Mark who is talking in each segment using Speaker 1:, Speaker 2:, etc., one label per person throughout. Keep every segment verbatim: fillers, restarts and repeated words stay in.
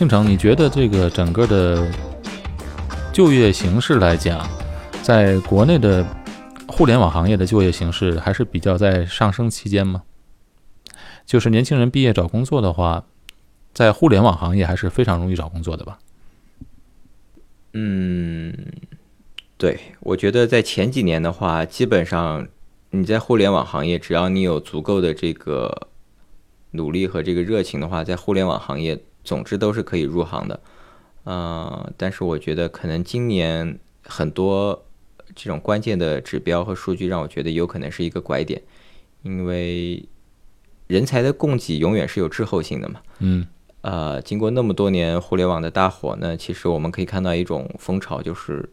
Speaker 1: 庆成，你觉得这个整个的就业形势来讲，在国内的互联网行业的就业形势还是比较在上升期间吗？就是年轻人毕业找工作的话，在互联网行业还是非常容易找工作的吧？
Speaker 2: 嗯，对，我觉得在前几年的话，基本上你在互联网行业，只要你有足够的这个努力和这个热情的话，在互联网行业总之都是可以入行的。呃，但是我觉得可能今年很多这种关键的指标和数据让我觉得有可能是一个拐点，因为人才的供给永远是有滞后性的嘛。
Speaker 1: 嗯。
Speaker 2: 呃，经过那么多年互联网的大火呢，其实我们可以看到一种风潮，就是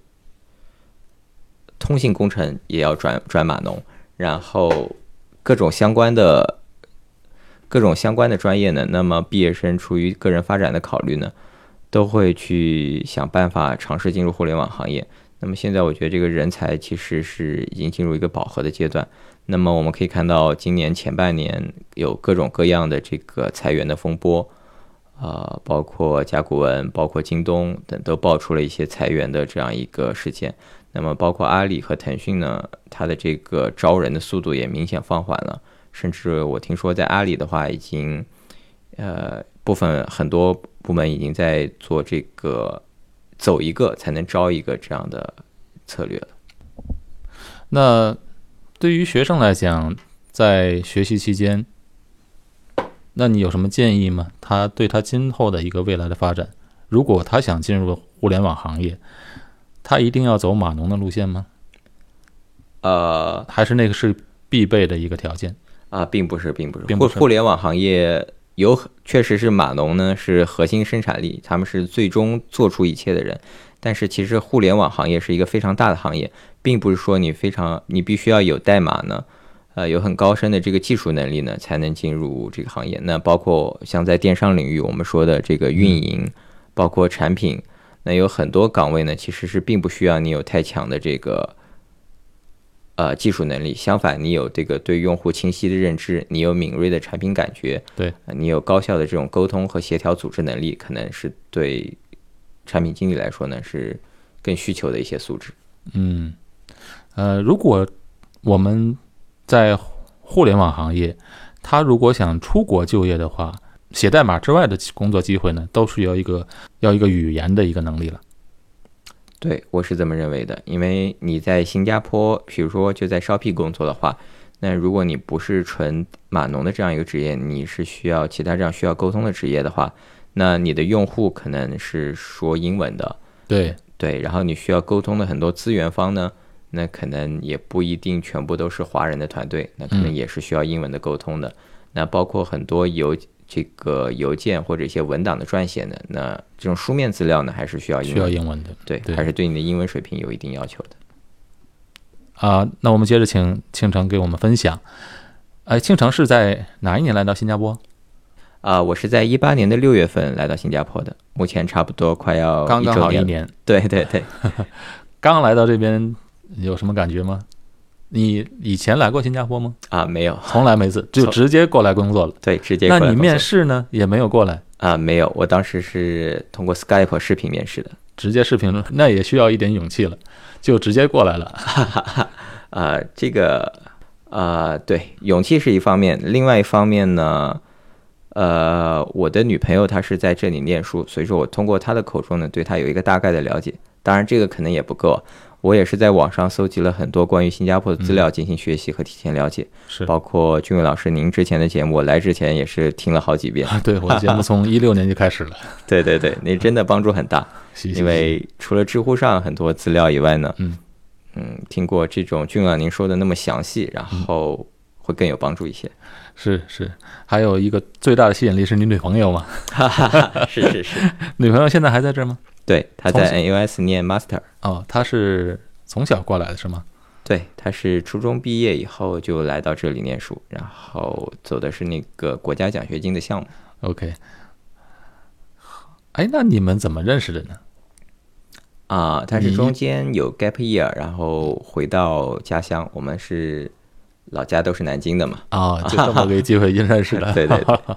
Speaker 2: 通信工程也要转转码农，然后各种相关的各种相关的专业呢，那么毕业生出于个人发展的考虑呢，都会去想办法尝试进入互联网行业。那么现在我觉得这个人才其实是已经进入一个饱和的阶段。那么我们可以看到今年前半年有各种各样的这个裁员的风波。呃，包括甲骨文，包括京东等都爆出了一些裁员的这样一个事件。那么包括阿里和腾讯呢，它的这个招人的速度也明显放缓了，甚至我听说在阿里的话，已经呃部分很多部门已经在做这个走一个才能招一个这样的策略了。
Speaker 1: 那对于学生来讲，在学习期间，那你有什么建议吗？他对他今后的一个未来的发展，如果他想进入互联网行业，他一定要走码农的路线吗？
Speaker 2: 呃，
Speaker 1: 还是那个是必备的一个条件
Speaker 2: 啊、呃，并不是，并不是。
Speaker 1: 并不是
Speaker 2: 互联网行业有确实是码农呢，是核心生产力，他们是最终做出一切的人。但是其实互联网行业是一个非常大的行业，并不是说你非常你必须要有代码呢。呃，有很高深的这个技术能力呢，才能进入这个行业。那包括像在电商领域，我们说的这个运营，包括产品，那有很多岗位呢，其实是并不需要你有太强的这个呃技术能力。相反，你有这个对用户清晰的认知，你有敏锐的产品感觉，
Speaker 1: 对，
Speaker 2: 你有高效的这种沟通和协调组织能力，可能是对产品经理来说呢是更需求的一些素质。
Speaker 1: 嗯，呃，如果我们在互联网行业，他如果想出国就业的话，写代码之外的工作机会呢，都是要一个要一个语言的一个能力了。
Speaker 2: 对，我是这么认为的。因为你在新加坡，比如说就在 Shopee 工作的话，那如果你不是纯码农的这样一个职业，你是需要其他这样需要沟通的职业的话，那你的用户可能是说英文的。
Speaker 1: 对
Speaker 2: 对，然后你需要沟通的很多资源方呢，那可能也不一定全部都是华人的团队，那可能也是需要英文的沟通的。嗯、那包括很多邮这个邮件或者一些文档的撰写呢，那这种书面资料呢，还是需要英文的，
Speaker 1: 需要英文的。
Speaker 2: 对，
Speaker 1: 对，
Speaker 2: 还是对你的英文水平有一定要求的。
Speaker 1: 啊、呃，那我们接着请庆成给我们分享。哎，庆成是在哪一年来到新加坡？
Speaker 2: 啊、呃，我是在一八年的六月份来到新加坡的，目前差不多快要
Speaker 1: 刚刚好一年。
Speaker 2: 对对对，
Speaker 1: 刚来到这边有什么感觉吗？你以前来过新加坡吗？
Speaker 2: 啊，没有，
Speaker 1: 从来没次，就直接过来工作了。
Speaker 2: 对，直接过来工作。
Speaker 1: 那你面试呢？也没有过来
Speaker 2: 啊？没有，我当时是通过 Skype 视频面试的。
Speaker 1: 直接视频，那也需要一点勇气了，就直接过来了。
Speaker 2: 啊、呃，这个啊、呃，对，勇气是一方面，另外一方面呢，呃，我的女朋友她是在这里念书，所以说我通过她的口中呢，对她有一个大概的了解。当然，这个可能也不够。我也是在网上搜集了很多关于新加坡的资料进行学习和提前了解，
Speaker 1: 是、嗯、
Speaker 2: 包括俊伟老师您之前的节目，我来之前也是听了好几遍。
Speaker 1: 啊、对，我的节目从一六年就开始了。
Speaker 2: 对对对，那真的帮助很大。
Speaker 1: 是是是，
Speaker 2: 因为除了知乎上很多资料以外呢，
Speaker 1: 嗯
Speaker 2: 嗯，听过这种俊伟您说的那么详细，然后会更有帮助一些。
Speaker 1: 是是，还有一个最大的吸引力是你女朋友嘛？
Speaker 2: 是是是，
Speaker 1: 女朋友现在还在这吗？
Speaker 2: 对，他在 N U S 念 Master。
Speaker 1: 哦，他是从小过来的是吗？
Speaker 2: 对，他是初中毕业以后就来到这里念书，然后走的是那个国家奖学金的项目。
Speaker 1: OK。哎，那你们怎么认识的呢？
Speaker 2: 啊，他是中间有 gap year，然后回到家乡。我们是老家都是南京的嘛。
Speaker 1: 啊、哦，就这么个机会认识的。
Speaker 2: 对对对。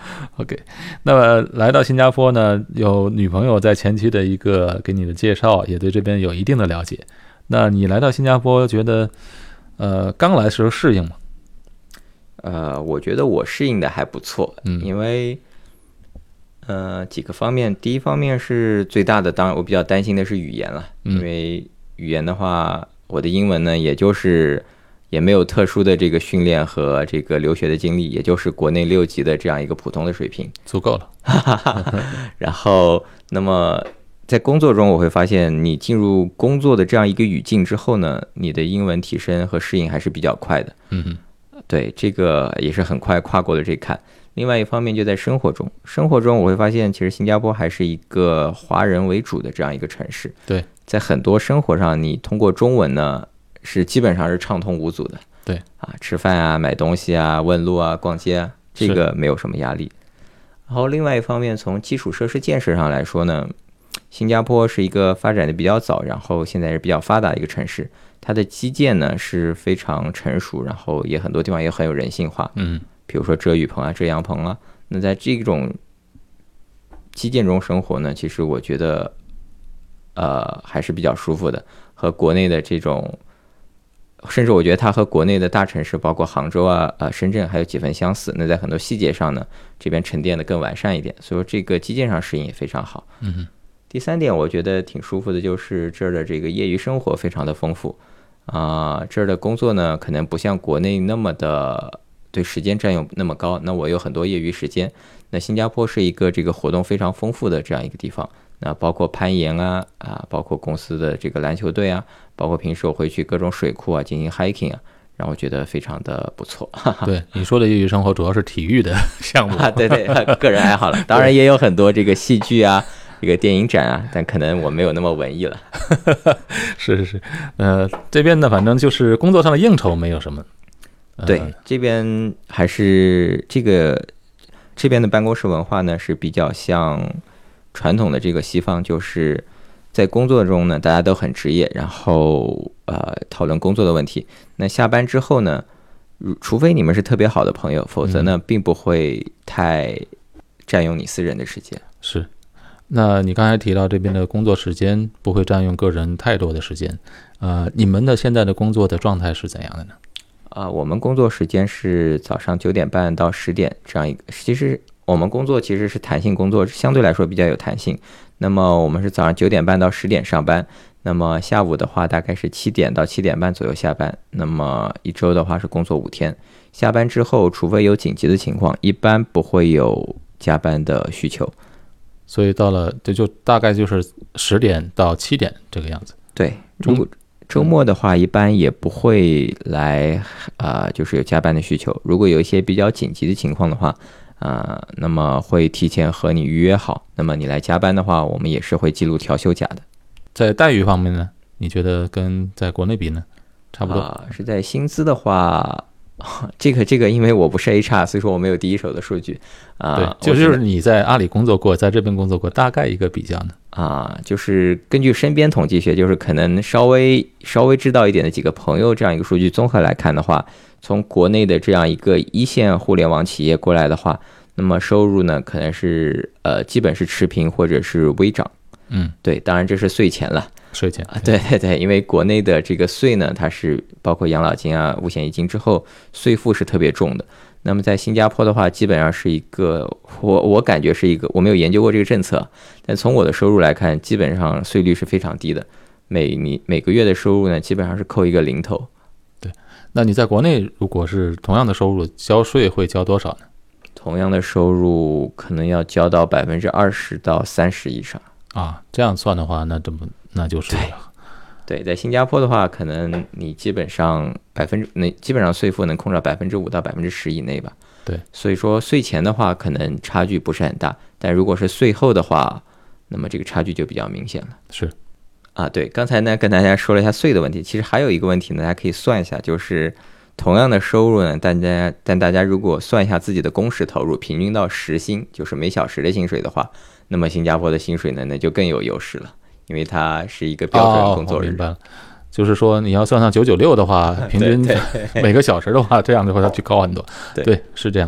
Speaker 1: OK， 那么来到新加坡呢，有女朋友在前期的一个给你的介绍，也对这边有一定的了解。那你来到新加坡，觉得呃刚来的时候适应吗？
Speaker 2: 呃，我觉得我适应的还不错，
Speaker 1: 嗯，
Speaker 2: 因为呃几个方面，第一方面是最大的，当然我比较担心的是语言了，
Speaker 1: 嗯、
Speaker 2: 因为语言的话，我的英文呢，也就是也没有特殊的这个训练和这个留学的经历，也就是国内六级的这样一个普通的水平，
Speaker 1: 足够了。
Speaker 2: 然后，那么在工作中，我会发现你进入工作的这样一个语境之后呢，你的英文提升和适应还是比较快的。
Speaker 1: 嗯哼。
Speaker 2: 对，这个也是很快跨过了这坎。另外一方面，就在生活中，生活中我会发现，其实新加坡还是一个华人为主的这样一个城市。
Speaker 1: 对，
Speaker 2: 在很多生活上，你通过中文呢，是基本上是畅通无阻的。
Speaker 1: 对
Speaker 2: 啊，吃饭啊、买东西啊、问路啊、逛街啊，这个没有什么压力。然后另外一方面，从基础设施建设上来说呢，新加坡是一个发展的比较早，然后现在是比较发达的一个城市。它的基建呢是非常成熟，然后也很多地方也很有人性化，
Speaker 1: 嗯，
Speaker 2: 比如说遮雨棚啊、遮阳棚啊。那在这种基建中生活呢，其实我觉得，呃，还是比较舒服的，和国内的这种，甚至我觉得它和国内的大城市，包括杭州啊、呃深圳还有几分相似。那在很多细节上呢，这边沉淀的更完善一点，所以说这个基建上适应也非常好。
Speaker 1: 嗯，
Speaker 2: 第三点，我觉得挺舒服的，就是这儿的这个业余生活非常的丰富。啊、呃，这儿的工作呢，可能不像国内那么的对时间占用那么高。那我有很多业余时间。那新加坡是一个这个活动非常丰富的这样一个地方。那包括攀岩啊啊，包括公司的这个篮球队啊，包括平时我会去各种水库啊进行 hiking 啊，让我觉得非常的不错。
Speaker 1: 对，你说的业余生活主要是体育的项目
Speaker 2: 啊，对对，个人爱好了。当然也有很多这个戏剧啊。这个电影展啊，但可能我没有那么文艺了。
Speaker 1: 是是是，呃，这边呢，反正就是工作上的应酬没有什么。
Speaker 2: 呃、对，这边还是这个这边的办公室文化呢是比较像传统的这个西方，就是在工作中呢大家都很职业，然后呃讨论工作的问题。那下班之后呢，除非你们是特别好的朋友，否则呢、嗯、并不会太占用你私人的时间。
Speaker 1: 是。那你刚才提到这边的工作时间不会占用个人太多的时间，呃，你们的现在的工作的状态是怎样的呢？
Speaker 2: 啊、呃，我们工作时间是早上九点半到十点这样一个，其实我们工作其实是弹性工作，相对来说比较有弹性。那么我们是早上九点半到十点上班，那么下午的话大概是七点到七点半左右下班。那么一周的话是工作五天，下班之后除非有紧急的情况，一般不会有加班的需求。
Speaker 1: 所以到了这就大概就是十点到七点这个样子。
Speaker 2: 对，如果周末的话，一般也不会来啊、呃，就是有加班的需求。如果有一些比较紧急的情况的话，啊、呃，那么会提前和你预约好。那么你来加班的话，我们也是会记录调休假的。
Speaker 1: 在待遇方面呢，你觉得跟在国内比呢，差不多？
Speaker 2: 啊、呃，是在薪资的话。这个这个，因为我不是 H R， 所以说我没有第一手的数据啊。
Speaker 1: 对，就就是你在阿里工作过，在这边工作过，大概一个比较呢？
Speaker 2: 啊，就是根据身边统计学，就是可能稍微稍微知道一点的几个朋友这样一个数据综合来看的话，从国内的这样一个一线互联网企业过来的话，那么收入呢可能是呃基本是持平或者是微涨。
Speaker 1: 嗯，
Speaker 2: 对，当然这是税前了。
Speaker 1: 税前
Speaker 2: 啊，对对对，因为国内的这个税呢，它是包括养老金啊、五险一金之后，税负是特别重的。那么在新加坡的话，基本上是一个，我我感觉是一个，我没有研究过这个政策，但从我的收入来看，基本上税率是非常低的。每你每个月的收入呢，基本上是扣一个零头。
Speaker 1: 对，那你在国内如果是同样的收入，交税会交多少呢？
Speaker 2: 同样的收入可能要交到百分之二十到三十以上。
Speaker 1: 啊，这样算的话，那怎么那就是
Speaker 2: 对，对，在新加坡的话，可能你基本上百分之那基本上税负能控制百分之五到百分之十以内吧。
Speaker 1: 对，
Speaker 2: 所以说税前的话，可能差距不是很大，但如果是税后的话，那么这个差距就比较明显了。
Speaker 1: 是
Speaker 2: 啊，对，刚才呢跟大家说了一下税的问题，其实还有一个问题呢，大家可以算一下，就是同样的收入呢，大家但大家如果算一下自己的工时投入，平均到时薪，就是每小时的薪水的话。那么新加坡的薪水呢，那就更有优势了，因为它是一个标准工作日。
Speaker 1: 哦，明白了，就是说你要算上九九六的话，平均每个小时的话，这样的话它就高很多。
Speaker 2: 对，
Speaker 1: 对，是这样。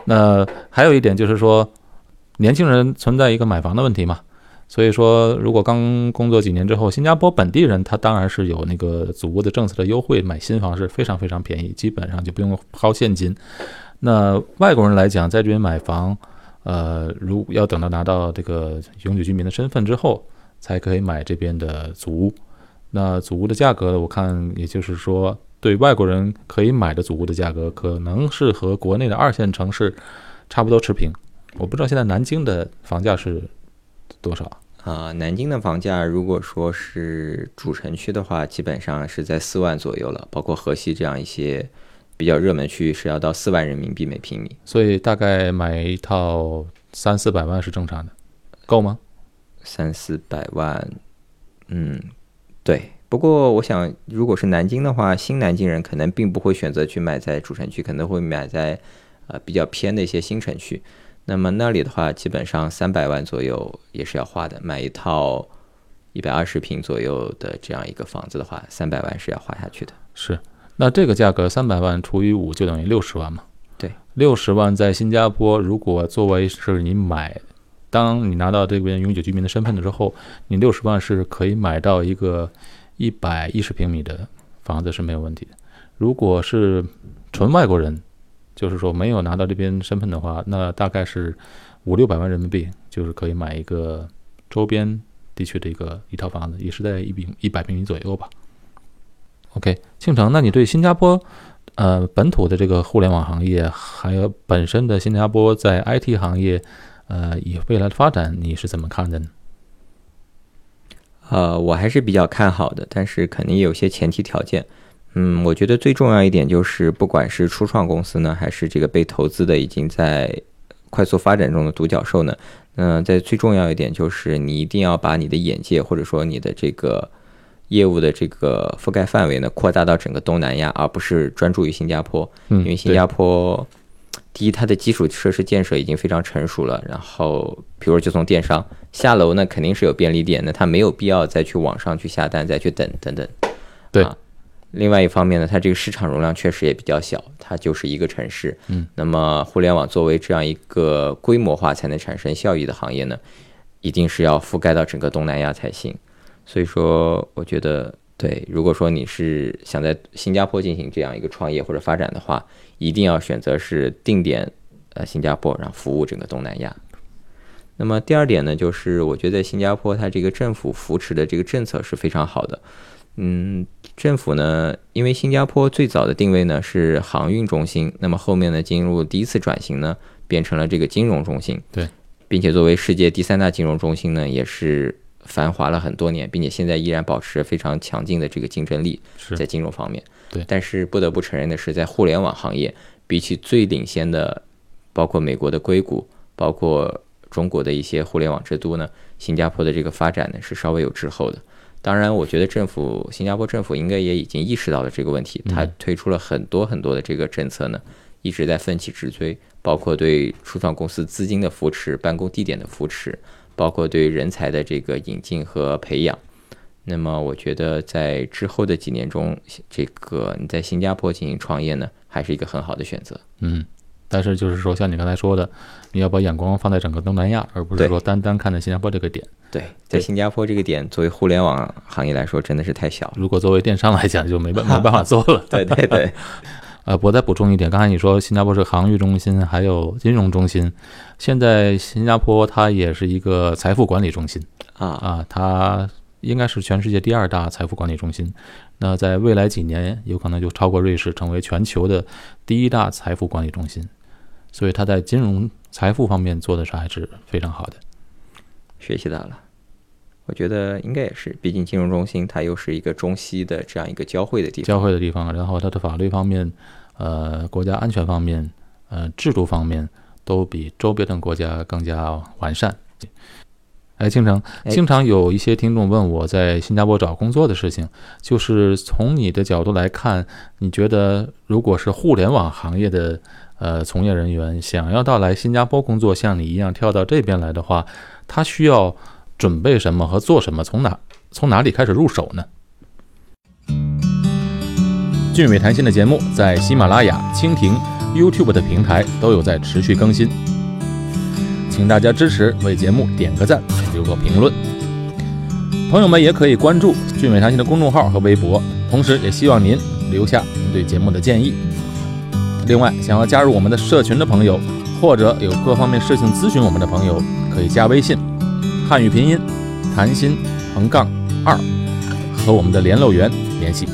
Speaker 1: 那还有一点就是说，年轻人存在一个买房的问题嘛，所以说如果刚工作几年之后，新加坡本地人他当然是有那个祖屋的政策的优惠，买新房是非常非常便宜，基本上就不用掏现金。那外国人来讲，在这边买房，呃，如要等到拿到这个永久居民的身份之后，才可以买这边的祖屋。那祖屋的价格，我看也就是说，对外国人可以买的祖屋的价格，可能是和国内的二线城市差不多持平。我不知道现在南京的房价是多少
Speaker 2: 啊、呃？南京的房价，如果说是主城区的话，基本上是在四万左右了，包括河西这样一些比较热门区域是要到四万人民币每平米。
Speaker 1: 所以大概买一套三四百万是正常的，够吗？
Speaker 2: 三四百万，嗯。对，不过我想，如果是南京的话，新南京人可能并不会选择去买在主城区，可能会买在呃比较偏的一些新城区。那么那里的话，基本上三百万左右也是要花的。买一套一百二十平左右的这样一个房子的话，三百万是要花下去的。
Speaker 1: 是，那这个价格三百万除以五就等于六十万嘛？
Speaker 2: 对，
Speaker 1: 六十万在新加坡，如果作为是你买。当你拿到这边永久居民的身份的时候，你六十万是可以买到一个一百一十平米的房子是没有问题的。如果是纯外国人，就是说没有拿到这边身份的话，那大概是五六百万人民币，就是可以买一个周边地区的一个一套房子，也是在一一百平米左右吧。OK， 庆成，那你对新加坡呃本土的这个互联网行业，还有本身的新加坡在 I T 行业？呃，以未来的发展你是怎么看的呢？
Speaker 2: 呃，我还是比较看好的，但是肯定有些前提条件。嗯，我觉得最重要一点就是，不管是初创公司呢，还是这个被投资的已经在快速发展中的独角兽呢，那、呃、在最重要一点就是，你一定要把你的眼界或者说你的这个业务的这个覆盖范围呢，扩大到整个东南亚，而不是专注于新加坡。
Speaker 1: 嗯，
Speaker 2: 因为新加坡。第一，它的基础设施建设已经非常成熟了，然后比如就从电商下楼呢，肯定是有便利店，那它没有必要再去网上去下单，再去等等等。
Speaker 1: 对、
Speaker 2: 啊。另外一方面呢，它这个市场容量确实也比较小，它就是一个城市。
Speaker 1: 嗯。
Speaker 2: 那么互联网作为这样一个规模化才能产生效益的行业呢，一定是要覆盖到整个东南亚才行。所以说，我觉得对，如果说你是想在新加坡进行这样一个创业或者发展的话，一定要选择是定点呃新加坡，然后服务整个东南亚。那么第二点呢，就是我觉得新加坡它这个政府扶持的这个政策是非常好的。嗯，政府呢，因为新加坡最早的定位呢是航运中心，那么后面呢进入第一次转型呢，变成了这个金融中心。
Speaker 1: 对，
Speaker 2: 并且作为世界第三大金融中心呢，也是繁华了很多年，并且现在依然保持非常强劲的这个竞争力，在金融方面。
Speaker 1: 对，
Speaker 2: 但是不得不承认的是，在互联网行业，比起最领先的，包括美国的硅谷，包括中国的一些互联网之都呢，新加坡的这个发展呢是稍微有滞后的。当然，我觉得政府，新加坡政府应该也已经意识到了这个问题，它推出了很多很多的这个政策呢，一直在奋起直追，包括对初创公司资金的扶持、办公地点的扶持，包括对人才的这个引进和培养。那么我觉得在之后的几年中，这个你在新加坡进行创业呢，还是一个很好的选择。
Speaker 1: 嗯，但是就是说，像你刚才说的，你要把眼光放在整个东南亚，而不是说单单看在新加坡这个点。
Speaker 2: 对，在新加坡这个点，作为互联网行业来说，真的是太小了。
Speaker 1: 如果作为电商来讲，就没办没办法做了。
Speaker 2: 对对对。
Speaker 1: 呃，我再补充一点，刚才你说新加坡是航运中心，还有金融中心，现在新加坡它也是一个财富管理中心
Speaker 2: 啊
Speaker 1: 啊，它应该是全世界第二大财富管理中心。那在未来几年，有可能就超过瑞士，成为全球的第一大财富管理中心。所以它在金融财富方面做的是还是非常好的。
Speaker 2: 学习到了，我觉得应该也是，毕竟金融中心它又是一个中西的这样一个交汇的地方，
Speaker 1: 交汇的地方。然后它的法律方面，呃，国家安全方面，呃，制度方面都比周边的国家更加完善。哎，经常经常有一些听众问我在新加坡找工作的事情，就是从你的角度来看，你觉得如果是互联网行业的呃从业人员想要到来新加坡工作，像你一样跳到这边来的话，他需要准备什么和做什么？从哪从哪里开始入手呢？俊伟谈心的节目在喜马拉雅、蜻蜓、 YouTube 的平台都有在持续更新，请大家支持，为节目点个赞，留个评论。朋友们也可以关注聚美谈心的公众号和微博，同时也希望您留下您对节目的建议。另外，想要加入我们的社群的朋友，或者有各方面事情咨询我们的朋友，可以加微信汉语拼音谈心横杠二和我们的联络员联系。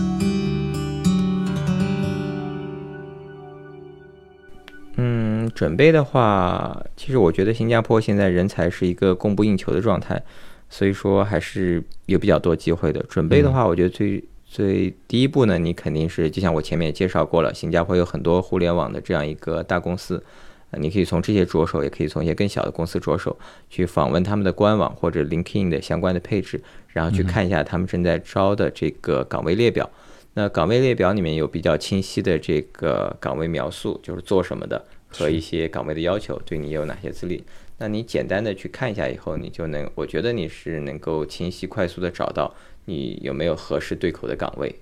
Speaker 2: 嗯，准备的话，其实我觉得新加坡现在人才是一个供不应求的状态，所以说还是有比较多机会的。准备的话，我觉得最最第一步呢，你肯定是就像我前面也介绍过了，新加坡有很多互联网的这样一个大公司，你可以从这些着手，也可以从一些更小的公司着手，去访问他们的官网或者 LinkedIn 的相关的配置，然后去看一下他们正在招的这个岗位列表。那岗位列表里面有比较清晰的这个岗位描述，就是做什么的和一些岗位的要求，对你有哪些资历。那你简单的去看一下以后，你就能，我觉得你是能够清晰快速的找到你有没有合适对口的岗位。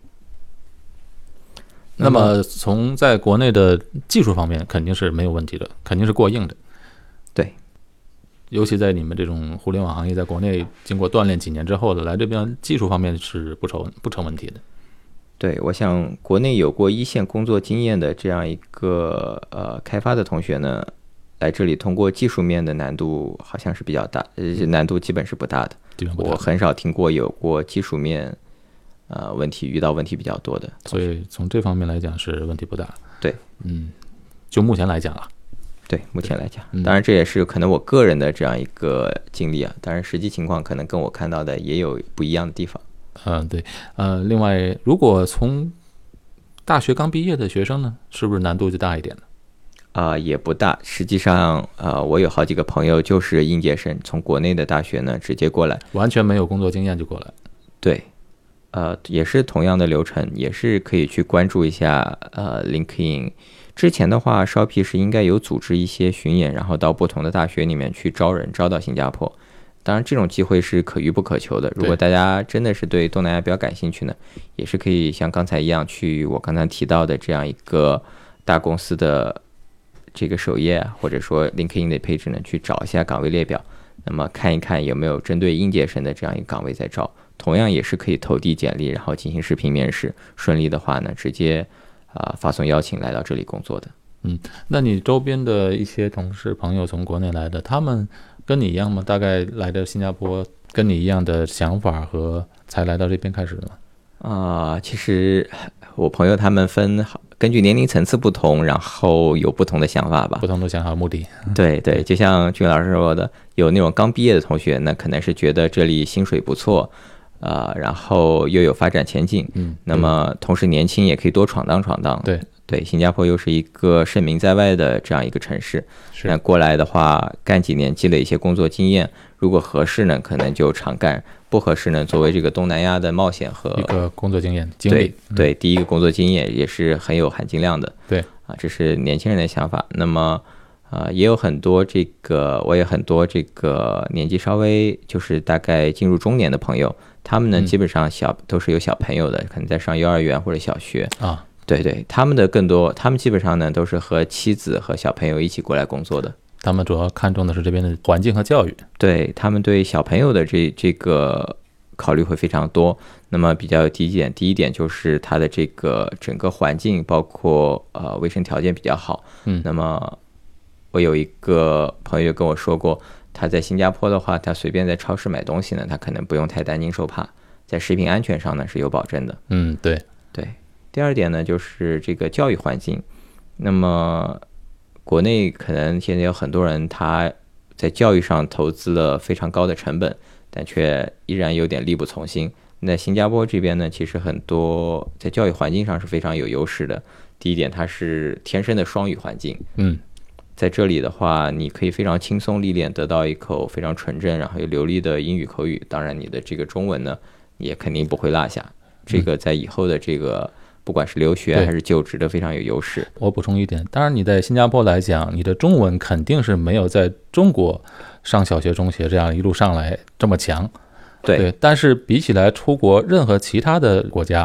Speaker 1: 那么从在国内的技术方面肯定是没有问题的，肯定是过硬的。
Speaker 2: 对，
Speaker 1: 尤其在你们这种互联网行业，在国内经过锻炼几年之后的，来这边技术方面是不成不成问题的。
Speaker 2: 对，我想国内有过一线工作经验的这样一个呃开发的同学呢，来这里通过技术面的难度好像是比较大，呃，难度基本是不大的。我很少听过有过技术面呃问题遇到问题比较多的，
Speaker 1: 所以从这方面来讲是问题不大。
Speaker 2: 对，
Speaker 1: 嗯，就目前来讲啊，
Speaker 2: 对，目前来讲，当然这也是可能我个人的这样一个经历啊，当然实际情况可能跟我看到的也有不一样的地方。
Speaker 1: 嗯，对，呃，另外，如果从大学刚毕业的学生呢，是不是难度就大一点呢？
Speaker 2: 啊、呃，也不大。实际上，呃，我有好几个朋友就是应届生，从国内的大学呢直接过来，
Speaker 1: 完全没有工作经验就过来。
Speaker 2: 对，呃，也是同样的流程，也是可以去关注一下呃 LinkedIn。之前的话 ，Shopee 是应该有组织一些巡演，然后到不同的大学里面去招人，招到新加坡。当然，这种机会是可遇不可求的。如果大家真的是对东南亚比较感兴趣呢，也是可以像刚才一样去我刚才提到的这样一个大公司的这个首页，或者说 LinkedIn 的配置呢，去找一下岗位列表，那么看一看有没有针对应届生的这样一个岗位在招。同样也是可以投递简历，然后进行视频面试，顺利的话呢，直接啊、呃、发送邀请来到这里工作的。
Speaker 1: 嗯，那你周边的一些同事朋友从国内来的，他们跟你一样吗？大概来的新加坡跟你一样的想法和才来到这边开始的吗？
Speaker 2: 啊、呃，其实我朋友他们分根据年龄层次不同，然后有不同的想法吧，
Speaker 1: 不同的想法目的。
Speaker 2: 对对，就像俊老师说的，有那种刚毕业的同学，那可能是觉得这里薪水不错，呃，然后又有发展前景，
Speaker 1: 嗯，
Speaker 2: 那么同时年轻也可以多闯荡闯荡。
Speaker 1: 对
Speaker 2: 对，新加坡又是一个盛名在外的这样一个城市，
Speaker 1: 是
Speaker 2: 那过来的话，干几年积累一些工作经验，如果合适呢，可能就常干；不合适呢，作为这个东南亚的冒险和
Speaker 1: 一个工作经验经历，
Speaker 2: 对、嗯、对，第一个工作经验也是很有含金量的。
Speaker 1: 对
Speaker 2: 啊，这是年轻人的想法。那么啊、呃，也有很多这个，我也很多这个年纪稍微就是大概进入中年的朋友，他们呢、嗯、基本上小都是有小朋友的，可能在上幼儿园或者小学
Speaker 1: 啊。
Speaker 2: 对对，他们的更多，他们基本上呢都是和妻子和小朋友一起过来工作的。
Speaker 1: 他们主要看重的是这边的环境和教育，
Speaker 2: 对，他们对小朋友的这这个考虑会非常多。那么比较有第一点，第一点就是它的这个整个环境，包括呃卫生条件比较好。
Speaker 1: 嗯，
Speaker 2: 那么我有一个朋友跟我说过，他在新加坡的话，他随便在超市买东西呢，他可能不用太担惊受怕，在食品安全上呢是有保证的。
Speaker 1: 嗯，对
Speaker 2: 对。第二点呢，就是这个教育环境。那么国内可能现在有很多人他在教育上投资了非常高的成本，但却依然有点力不从心。那新加坡这边呢，其实很多在教育环境上是非常有优势的。第一点，它是天生的双语环境。
Speaker 1: 嗯，
Speaker 2: 在这里的话，你可以非常轻松历练，得到一口非常纯正然后又流利的英语口语。当然，你的这个中文呢，也肯定不会落下。这个在以后的这个不管是留学还是就职都非常有优势。
Speaker 1: 我补充一点，当然你在新加坡来讲，你的中文肯定是没有在中国上小学中学这样一路上来这么强。 对, 对，但是比起来出国任何其他的国家，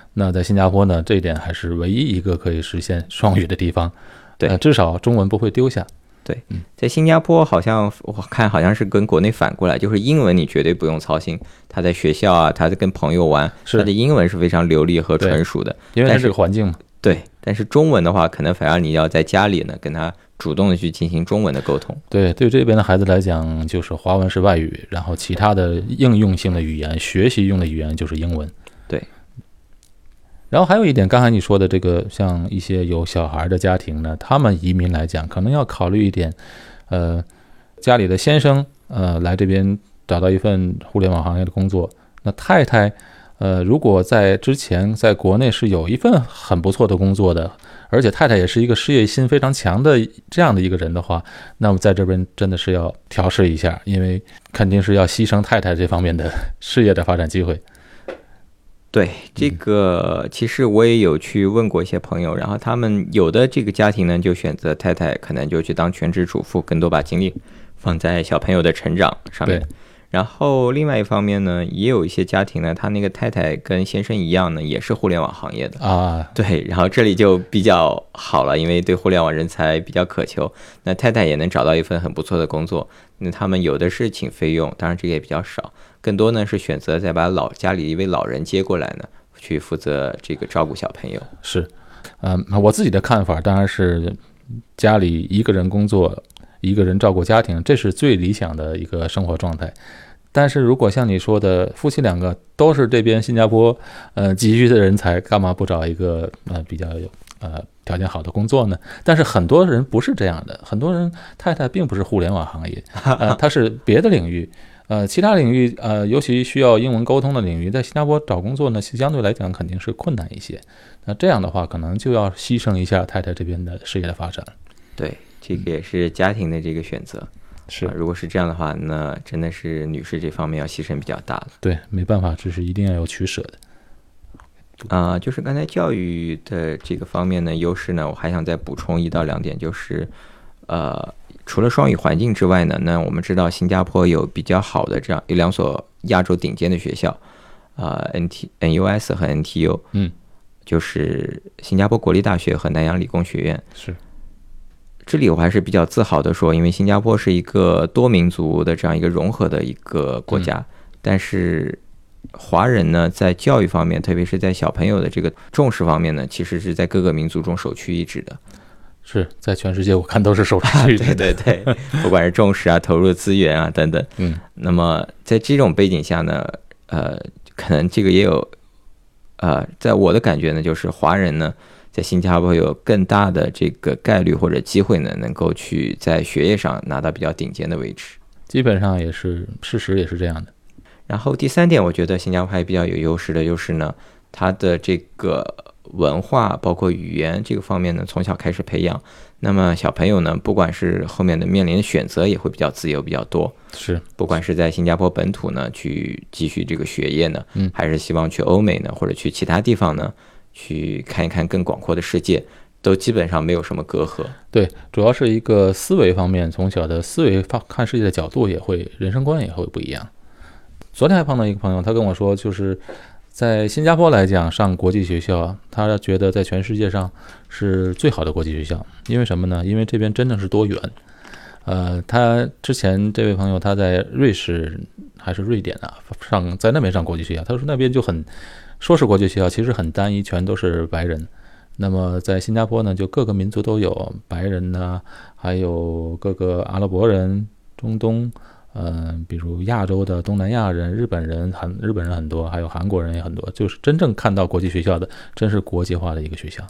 Speaker 1: 那在新加坡呢，这一点还是唯一一个可以实现双语的地方。
Speaker 2: 对，
Speaker 1: 呃、至少中文不会丢下。
Speaker 2: 对，在新加坡好像我看好像是跟国内反过来，就是英文你绝对不用操心，他在学校啊，他在跟朋友玩，他的英文是非常流利和纯熟的，
Speaker 1: 因为它是个环境嘛。
Speaker 2: 对，但是中文的话，可能反而你要在家里呢跟他主动的去进行中文的沟通。
Speaker 1: 对，对这边的孩子来讲，就是华文是外语，然后其他的应用性的语言、学习用的语言就是英文。
Speaker 2: 对。
Speaker 1: 然后还有一点，刚才你说的这个，像一些有小孩的家庭呢，他们移民来讲，可能要考虑一点，呃，家里的先生呃来这边找到一份互联网行业的工作，那太太呃如果在之前在国内是有一份很不错的工作的，而且太太也是一个事业心非常强的这样的一个人的话，那么在这边真的是要调试一下，因为肯定是要牺牲太太这方面的事业的发展机会。
Speaker 2: 对，这个其实我也有去问过一些朋友，然后他们有的这个家庭呢，就选择太太可能就去当全职主妇，更多把精力放在小朋友的成长上面。然后另外一方面呢，也有一些家庭呢，他那个太太跟先生一样呢，也是互联网行业的
Speaker 1: 啊。
Speaker 2: 对，然后这里就比较好了，因为对互联网人才比较渴求，那太太也能找到一份很不错的工作。那他们有的是请费用，当然这个也比较少，更多呢是选择再把老家里一位老人接过来呢，去负责这个照顾小朋友。
Speaker 1: 是，嗯、呃，我自己的看法当然是家里一个人工作，一个人照顾家庭，这是最理想的一个生活状态。但是如果像你说的，夫妻两个都是这边新加坡呃急需的人才，干嘛不找一个呃比较有呃条件好的工作呢？但是很多人不是这样的，很多人太太并不是互联网行业，呃，他是别的领域，呃，其他领域呃，尤其需要英文沟通的领域，在新加坡找工作呢，相对来讲肯定是困难一些。那这样的话，可能就要牺牲一下太太这边的事业的发展。
Speaker 2: 对，这个也是家庭的这个选择。
Speaker 1: 是、
Speaker 2: 啊，如果是这样的话，那真的是女士这方面要牺牲比较大了。
Speaker 1: 对，没办法，这是一定要有取舍的。
Speaker 2: 啊、呃，就是刚才教育的这个方面呢，优势呢，我还想再补充一到两点，就是呃，除了双语环境之外呢，那我们知道新加坡有比较好的这样一两所亚洲顶尖的学校，啊、呃、，N T N U S 和 N T U，
Speaker 1: 嗯，
Speaker 2: 就是新加坡国立大学和南洋理工学院。
Speaker 1: 是。
Speaker 2: 这里我还是比较自豪的说，因为新加坡是一个多民族的这样一个融合的一个国家，嗯、但是华人呢，在教育方面，特别是在小朋友的这个重视方面呢，其实是在各个民族中首屈一指的。
Speaker 1: 是在全世界我看都是首屈一指
Speaker 2: 的。对对对，不管是重视啊、投入资源啊等等。
Speaker 1: 嗯，
Speaker 2: 那么在这种背景下呢，呃，可能这个也有，呃，在我的感觉呢，就是华人呢，在新加坡有更大的这个概率或者机会呢，能够去在学业上拿到比较顶尖的位置。
Speaker 1: 基本上也是事实，也是这样的。
Speaker 2: 然后第三点，我觉得新加坡还比较有优势的就是呢，它的这个文化包括语言这个方面呢，从小开始培养。那么小朋友呢，不管是后面的面临的选择也会比较自由比较多。
Speaker 1: 是，
Speaker 2: 不管是在新加坡本土呢，去继续这个学业呢，
Speaker 1: 嗯，
Speaker 2: 还是希望去欧美呢，或者去其他地方呢，去看一看更广阔的世界，都基本上没有什么隔阂。
Speaker 1: 对，主要是一个思维方面，从小的思维看世界的角度也会，人生观也会不一样。昨天还碰到一个朋友，他跟我说，就是在新加坡来讲，上国际学校，他觉得在全世界上是最好的国际学校。因为什么呢？因为这边真的是多元。呃，他之前这位朋友他在瑞士还是瑞典啊，上在那边上国际学校，他说那边就很说是国际学校，其实很单一，全都是白人。那么在新加坡呢，就各个民族都有，白人呢，还有各个阿拉伯人、中东。呃，比如亚洲的东南亚人、日本人很日本人很多，还有韩国人也很多，就是真正看到国际学校的，真是国际化的一个学校。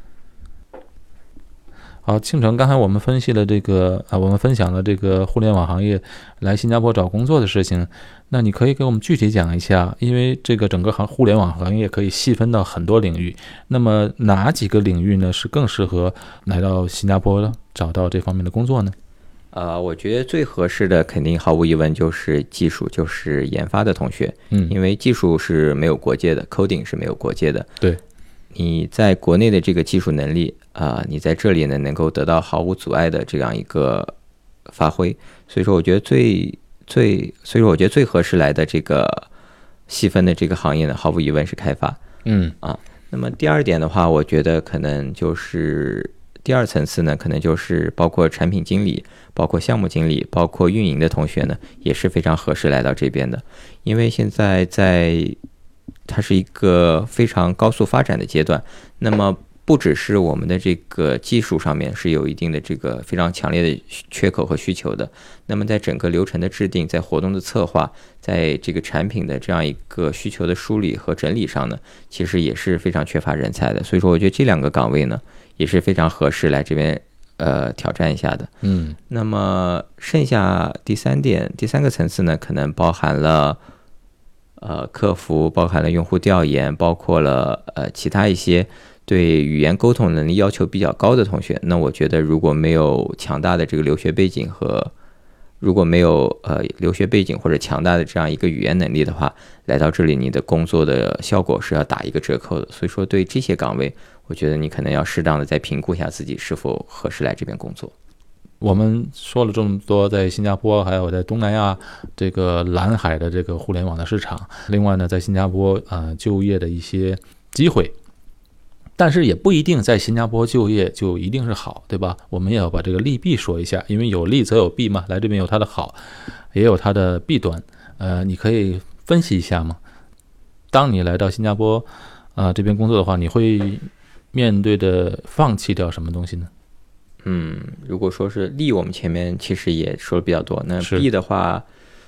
Speaker 1: 好，庆成，刚才我们分析了这个啊，我们分享了这个互联网行业来新加坡找工作的事情，那你可以给我们具体讲一下，因为这个整个行互联网行业可以细分到很多领域，那么哪几个领域呢是更适合来到新加坡找到这方面的工作呢？
Speaker 2: 呃，我觉得最合适的肯定毫无疑问就是技术，就是研发的同学，
Speaker 1: 嗯，
Speaker 2: 因为技术是没有国界的 ，coding 是没有国界的。
Speaker 1: 对，
Speaker 2: 你在国内的这个技术能力啊、呃，你在这里呢能够得到毫无阻碍的这样一个发挥，所以说我觉得最最，所以说我觉得最合适来的这个细分的这个行业呢，毫无疑问是开发。
Speaker 1: 嗯
Speaker 2: 啊， 那么第二点的话，我觉得可能就是第二层次呢，可能就是包括产品经理、包括项目经理、包括运营的同学呢，也是非常合适来到这边的。因为现在在它是一个非常高速发展的阶段，那么不只是我们的这个技术上面是有一定的这个非常强烈的缺口和需求的，那么在整个流程的制定、在活动的策划、在这个产品的这样一个需求的梳理和整理上呢，其实也是非常缺乏人才的。所以说我觉得这两个岗位呢也是非常合适来这边呃挑战一下的。
Speaker 1: 嗯，
Speaker 2: 那么剩下第三点第三个层次呢，可能包含了呃客服，包含了用户调研，包括了呃其他一些对语言沟通能力要求比较高的同学。那我觉得如果没有强大的这个留学背景和如果没有呃留学背景或者强大的这样一个语言能力的话，来到这里你的工作的效果是要打一个折扣的。所以说对这些岗位，我觉得你可能要适当的再评估一下自己是否合适来这边工作。
Speaker 1: 我们说了这么多，在新加坡还有在东南亚这个蓝海的这个互联网的市场，另外呢，在新加坡呃就业的一些机会。但是也不一定在新加坡就业就一定是好，对吧？我们也要把这个利弊说一下，因为有利则有弊嘛。来这边有它的好，也有它的弊端。呃，你可以分析一下吗？当你来到新加坡啊、呃、这边工作的话，你会面对的放弃掉什么东西呢？
Speaker 2: 嗯，如果说是利，我们前面其实也说的比较多。那弊的话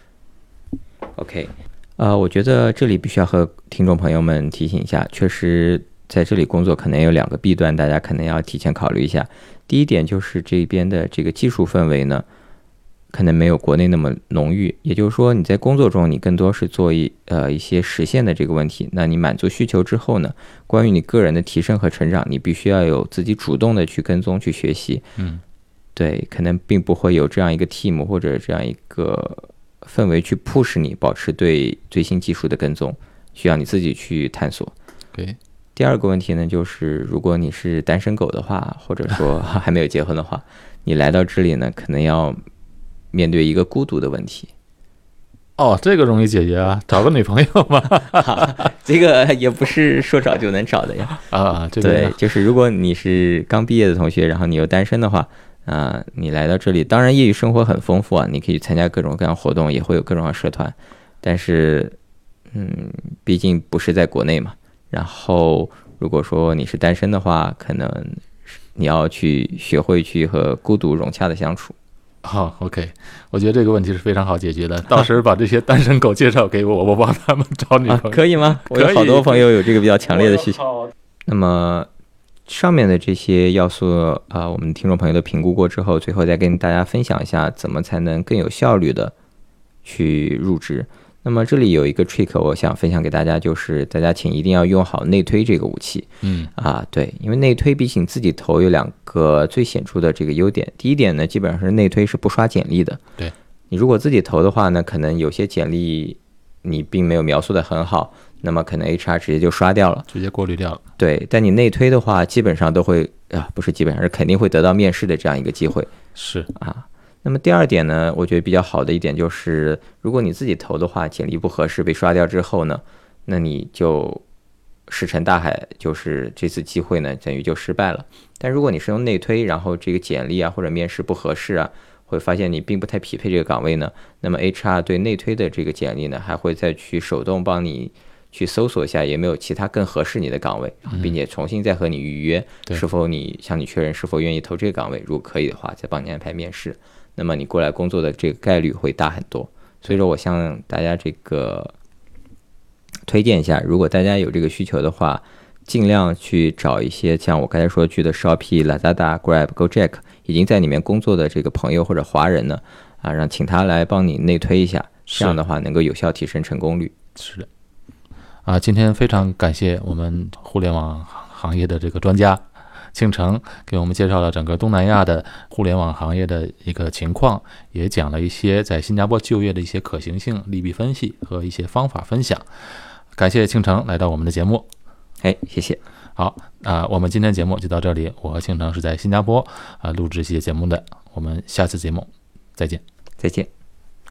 Speaker 2: ，OK， 呃，我觉得这里必须要和听众朋友们提醒一下，确实。在这里工作可能有两个弊端，大家可能要提前考虑一下。第一点就是这边的这个技术氛围呢，可能没有国内那么浓郁。也就是说，你在工作中你更多是做一呃一些实现的这个问题。那你满足需求之后呢，关于你个人的提升和成长，你必须要有自己主动的去跟踪去学习。
Speaker 1: 嗯，
Speaker 2: 对，可能并不会有这样一个 team 或者这样一个氛围去 push 你保持对最新技术的跟踪，需要你自己去探索。
Speaker 1: 对。
Speaker 2: 第二个问题呢，就是如果你是单身狗的话，或者说还没有结婚的话，你来到这里呢，可能要面对一个孤独的问题。
Speaker 1: 哦，这个容易解决啊，找个女朋友嘛。
Speaker 2: 这个也不是说找就能找的呀。
Speaker 1: 啊，这个
Speaker 2: 对，就是如果你是刚毕业的同学，然后你又单身的话，啊、呃，你来到这里，当然业余生活很丰富啊，你可以参加各种各样活动，也会有各种各样社团，但是，嗯，毕竟不是在国内嘛。然后，如果说你是单身的话，可能你要去学会去和孤独融洽的相处。
Speaker 1: 好、哦、，OK， 我觉得这个问题是非常好解决的。到时候把这些单身狗介绍给我，我帮他们找女朋友，
Speaker 2: 啊、可以吗？我有好多朋友有这个比较强烈的需求。那么上面的这些要素啊、呃，我们听众朋友都评估过之后，最后再跟大家分享一下，怎么才能更有效率的去入职。那么这里有一个 trick 我想分享给大家，就是大家请一定要用好内推这个武器。
Speaker 1: 嗯
Speaker 2: 啊，对，因为内推比起你自己投有两个最显著的这个优点。第一点呢，基本上是内推是不刷简历的。
Speaker 1: 对，
Speaker 2: 你如果自己投的话呢，可能有些简历你并没有描述的很好，那么可能 H R 直接就刷掉了，
Speaker 1: 直接过滤掉了。
Speaker 2: 对，但你内推的话，基本上都会啊，不是基本上是肯定会得到面试的这样一个机会。
Speaker 1: 是
Speaker 2: 啊。那么第二点呢，我觉得比较好的一点就是，如果你自己投的话，简历不合适被刷掉之后呢，那你就石沉大海，就是这次机会呢等于就失败了。但如果你是用内推，然后这个简历啊或者面试不合适啊，会发现你并不太匹配这个岗位呢，那么 H R 对内推的这个简历呢，还会再去手动帮你去搜索一下有没有其他更合适你的岗位，并且重新再和你预约，是否你向你确认是否愿意投这个岗位，如果可以的话，再帮你安排面试。那么你过来工作的这个概率会大很多。所以说我向大家这个推荐一下，如果大家有这个需求的话，尽量去找一些像我刚才说去的 Shopee、Lazada、Grab、Gojek 已经在里面工作的这个朋友或者华人呢，啊，让请他来帮你内推一下，这样的话能够有效提升成功率。
Speaker 1: 是的，啊，今天非常感谢我们互联网行业的这个专家庆成给我们介绍了整个东南亚的互联网行业的一个情况，也讲了一些在新加坡就业的一些可行性、利弊分析和一些方法分享。感谢庆成来到我们的节目。
Speaker 2: 哎，谢谢。
Speaker 1: 好啊、呃，我们今天节目就到这里。我和庆成是在新加坡啊、呃、录制这些节目的。我们下次节目再见。
Speaker 2: 再见。